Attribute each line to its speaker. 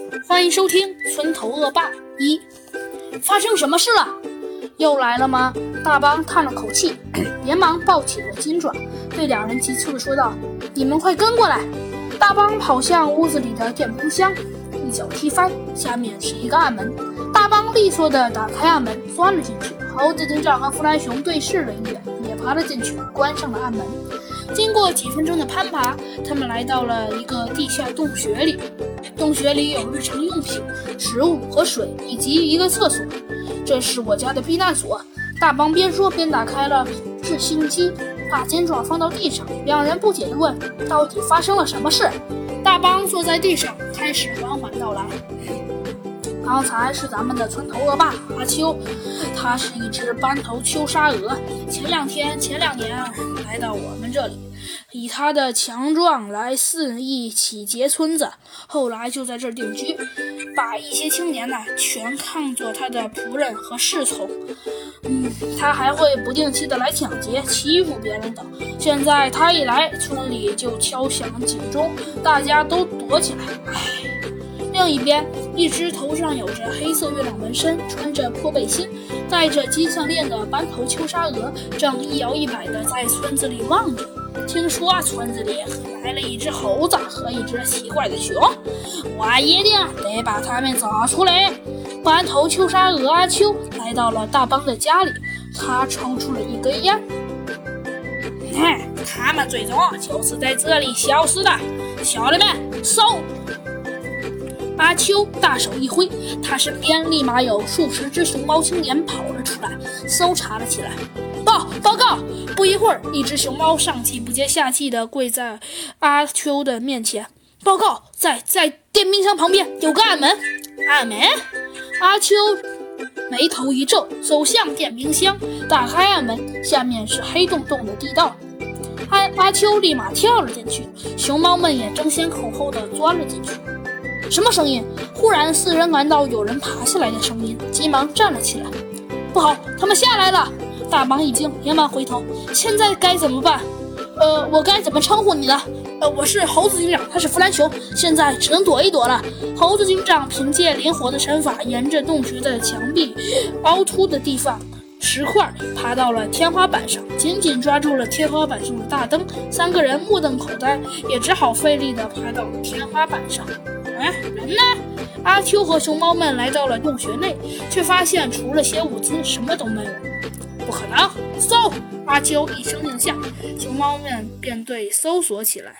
Speaker 1: 欢迎收听《村头恶霸一》。发生什么事了？又来了吗？大邦叹了口气，连忙抱起了金爪，对两人急促地说道：“你们快跟过来！”大邦跑向屋子里的电冰箱，一脚踢翻，下面是一个暗门。大邦利索地打开暗门，钻了进去。猴子警长和弗兰熊对视了一眼，也爬了进去，关上了暗门。经过几分钟的攀爬，他们来到了一个地下洞穴里。洞穴里有日常用品、食物和水，以及一个厕所。这是我家的避难所。大邦边说边打开了制信机，把金爪放到地上。两人不解地问：“到底发生了什么事？”大邦坐在地上，开始缓缓道来。刚才是咱们的村头恶霸阿秋，他是一只斑头秋沙鹅。前两年来到我们这里，以他的强壮来肆意洗劫村子，后来就在这儿定居，把一些青年全看作他的仆人和侍从。他还会不定期的来抢劫、欺负别人等。现在他一来，村里就敲响警钟，大家都躲起来。另一边，一只头上有着黑色月亮纹身、穿着破背心、戴着金项链的斑头秋沙鹅正一摇一摆地在村子里望着。听说村子里来了一只猴子和一只奇怪的熊，我一定得把他们找出来。斑头秋沙鹅阿秋来到了大邦的家里，他抽出了一根烟。他们最终就是在这里消失的，小的们，搜！阿秋大手一挥，他身边立马有数十只熊猫青年跑了出来，搜查了起来。报告！不一会儿，一只熊猫上气不接下气地跪在阿秋的面前。报告，在电冰箱旁边有个暗门。暗门？阿秋眉头一皱，走向电冰箱，打开暗门，下面是黑洞洞的地道。阿秋立马跳了进去，熊猫们也争先恐后地钻了进去。什么声音？忽然四人感到有人爬下来的声音，急忙站了起来。不好，他们下来了！大邦一惊，连忙回头。现在该怎么办？我该怎么称呼你呢？我是猴子警长，他是弗兰熊，现在只能躲一躲了。猴子警长凭借灵活的身法，沿着洞穴的墙壁凹凸的地方石块爬到了天花板上，紧紧抓住了天花板上的大灯。三个人目瞪口呆，也只好费力地爬到了天花板上。人呢？阿秋和熊猫们来到了洞穴内，却发现除了些物资，什么都没有。不可能！搜！阿秋一声令下，熊猫们便对搜索起来。